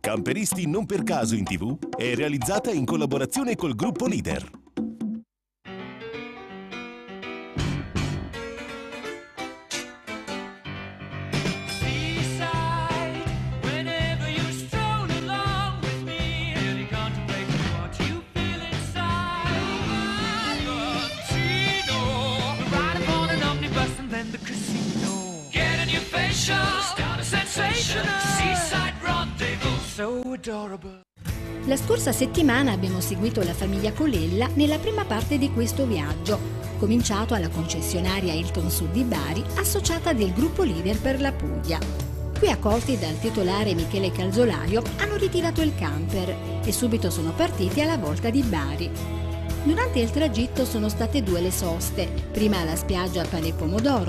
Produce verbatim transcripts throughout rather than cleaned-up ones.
Camperisti non per caso in tivù è realizzata in collaborazione col gruppo Leader. La scorsa settimana abbiamo seguito la famiglia Colella nella prima parte di questo viaggio, cominciato alla concessionaria Hilton Sud di Bari, associata del gruppo Leader per la Puglia. Qui, accolti dal titolare Michele Calzolaio, hanno ritirato il camper e subito sono partiti alla volta di Bari. Durante il tragitto sono state due le soste, prima alla spiaggia Pane Pomodoro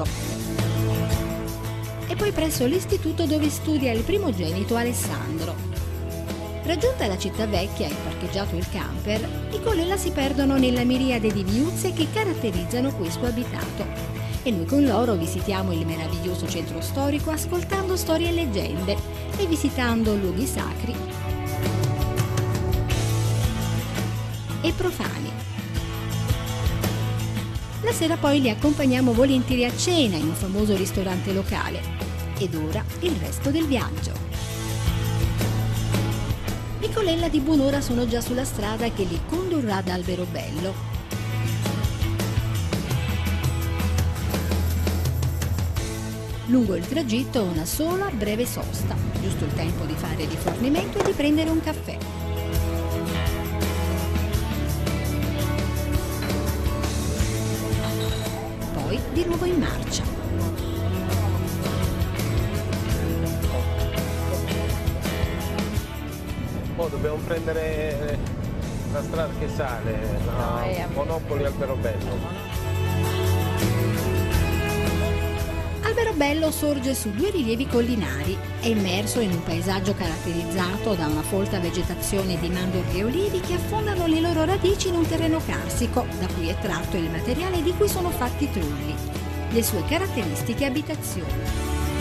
e poi presso l'istituto dove studia il primogenito Alessandro. Raggiunta la città vecchia e parcheggiato il camper, i Colella si perdono nella miriade di viuzze che caratterizzano questo abitato. E noi con loro visitiamo il meraviglioso centro storico ascoltando storie e leggende e visitando luoghi sacri e profani. La sera poi li accompagniamo volentieri a cena in un famoso ristorante locale. Ed ora il resto del viaggio. I Colella di buon'ora sono già sulla strada che li condurrà ad Alberobello. Lungo il tragitto una sola breve sosta, giusto il tempo di fare rifornimento e di prendere un caffè. Poi di nuovo in marcia. Oh, dobbiamo prendere la strada che sale, no, a Monopoli Alberobello. Alberobello sorge su due rilievi collinari, è immerso in un paesaggio caratterizzato da una folta vegetazione di mandorli e olivi che affondano le loro radici in un terreno carsico, da cui è tratto il materiale di cui sono fatti i trulli, le sue caratteristiche abitazioni.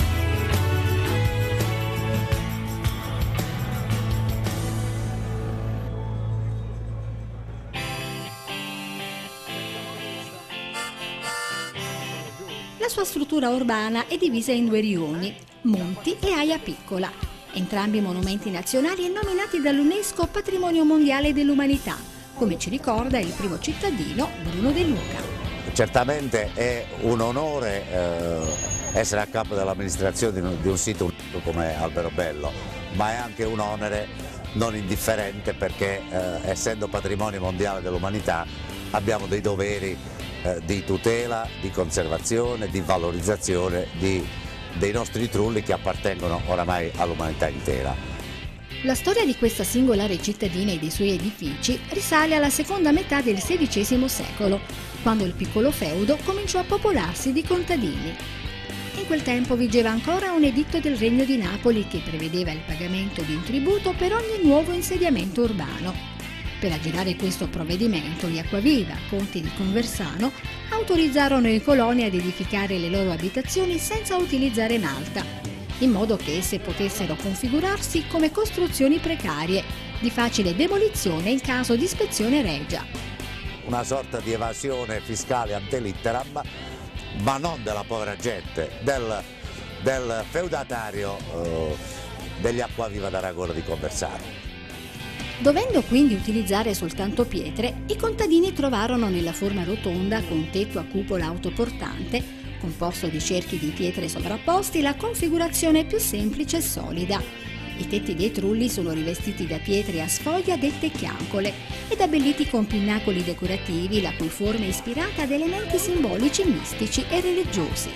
La sua struttura urbana è divisa in due rioni, Monti e Aia Piccola, entrambi monumenti nazionali e nominati dall'UNESCO Patrimonio Mondiale dell'Umanità, come ci ricorda il primo cittadino Bruno De Luca. Certamente è un onore eh, essere a capo dell'amministrazione di, di un sito come Alberobello, ma è anche un onere non indifferente perché eh, essendo Patrimonio Mondiale dell'Umanità abbiamo dei doveri di tutela, di conservazione, di valorizzazione di, dei nostri trulli che appartengono oramai all'umanità intera. La storia di questa singolare cittadina e dei suoi edifici risale alla seconda metà del sedicesimo secolo, quando il piccolo feudo cominciò a popolarsi di contadini. In quel tempo vigeva ancora un editto del Regno di Napoli che prevedeva il pagamento di un tributo per ogni nuovo insediamento urbano. Per aggirare questo provvedimento, gli Acquaviva, conti di Conversano, autorizzarono i coloni ad edificare le loro abitazioni senza utilizzare malta, in modo che esse potessero configurarsi come costruzioni precarie, di facile demolizione in caso di ispezione regia. Una sorta di evasione fiscale ante litteram, ma non della povera gente, del, del feudatario eh, degli Acquaviva d'Aragona di Conversano. Dovendo quindi utilizzare soltanto pietre, i contadini trovarono nella forma rotonda con tetto a cupola autoportante, composto di cerchi di pietre sovrapposti, la configurazione più semplice e solida. I tetti dei trulli sono rivestiti da pietre a sfoglia dette chiancole ed abbelliti con pinnacoli decorativi la cui forma è ispirata ad elementi simbolici, mistici e religiosi.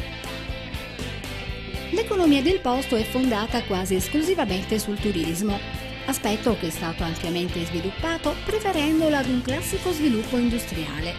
L'economia del posto è fondata quasi esclusivamente sul turismo, aspetto che è stato ampiamente sviluppato preferendolo ad un classico sviluppo industriale.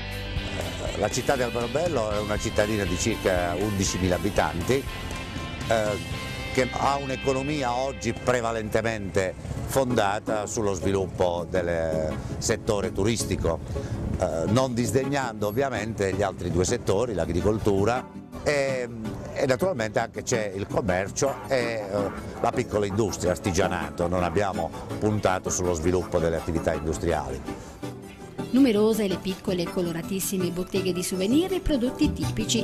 La città di Alberobello è una cittadina di circa undicimila abitanti eh, che ha un'economia oggi prevalentemente fondata sullo sviluppo del settore turistico, eh, non disdegnando ovviamente gli altri due settori, l'agricoltura e, e naturalmente anche c'è il commercio e eh, la piccola industria, artigianato, non abbiamo puntato sullo sviluppo delle attività industriali. Numerose le piccole e coloratissime botteghe di souvenir e prodotti tipici.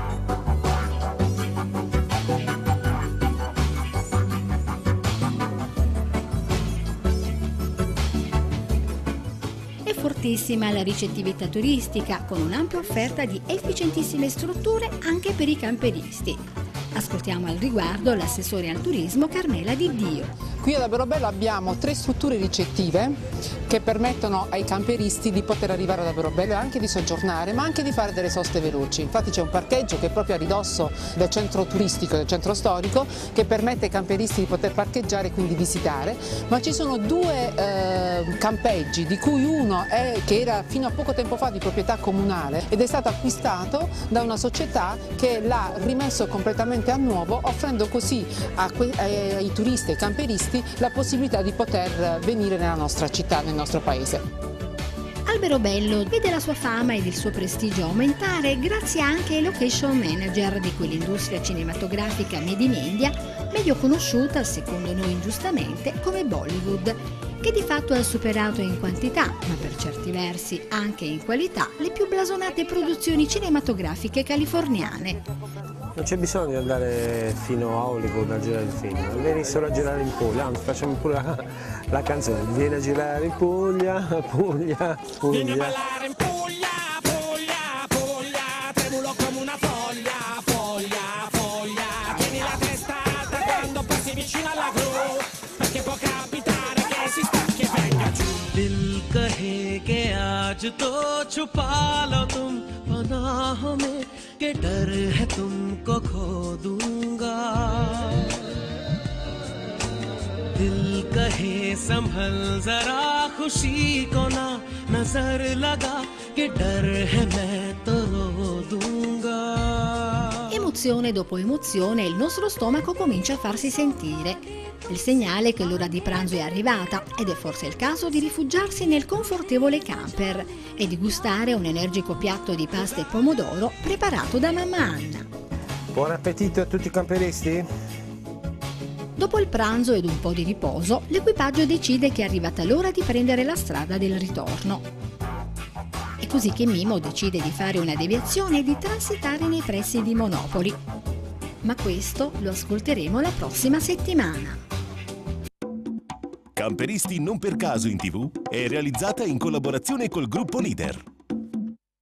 Fortissima la ricettività turistica, con un'ampia offerta di efficientissime strutture anche per i camperisti. Ascoltiamo al riguardo l'assessore al turismo Carmela Di Dio. Qui ad Alberobello abbiamo tre strutture ricettive che permettono ai camperisti di poter arrivare ad Alberobello e anche di soggiornare, ma anche di fare delle soste veloci. Infatti c'è un parcheggio che è proprio a ridosso del centro turistico, del centro storico, che permette ai camperisti di poter parcheggiare e quindi visitare, ma ci sono due eh, campeggi, di cui uno è, che era fino a poco tempo fa di proprietà comunale ed è stato acquistato da una società che l'ha rimesso completamente a nuovo, offrendo così a que- ai turisti e ai camperisti la possibilità di poter venire nella nostra città, nel nostro paese. Alberobello vede la sua fama ed il suo prestigio aumentare grazie anche ai location manager di quell'industria cinematografica made in India, meglio conosciuta, secondo noi ingiustamente, come Bollywood, che di fatto ha superato in quantità, ma per certi versi anche in qualità, le più blasonate produzioni cinematografiche californiane. Non c'è bisogno di andare fino a Hollywood a girare il film, vieni solo a girare in Puglia, anzi facciamo pure la, la canzone, vieni a girare in Puglia, Puglia, Puglia. Vieni a ballare in Puglia, Puglia, Puglia, tremulo come una foglia, foglia, foglia, tieni la testa alta quando passi vicino alla gru, perché può capitare che si stacchi e venga giù. Dil kahe che aaj to chupa lo tum panaah mein ke dar hai tumko kho dunga. Dil kahe sambhal zara khushi ko na nazar laga che dar hai main to ro dunga. Emozione dopo emozione, il nostro stomaco comincia a farsi sentire. Il segnale che l'ora di pranzo è arrivata ed è forse il caso di rifugiarsi nel confortevole camper e di gustare un energico piatto di pasta e pomodoro preparato da mamma Anna. Buon appetito a tutti i camperisti! Dopo il pranzo ed un po' di riposo, l'equipaggio decide che è arrivata l'ora di prendere la strada del ritorno. È così che Mimo decide di fare una deviazione e di transitare nei pressi di Monopoli. Ma questo lo ascolteremo la prossima settimana. Camperisti non per caso in tivù è realizzata in collaborazione col gruppo Leader.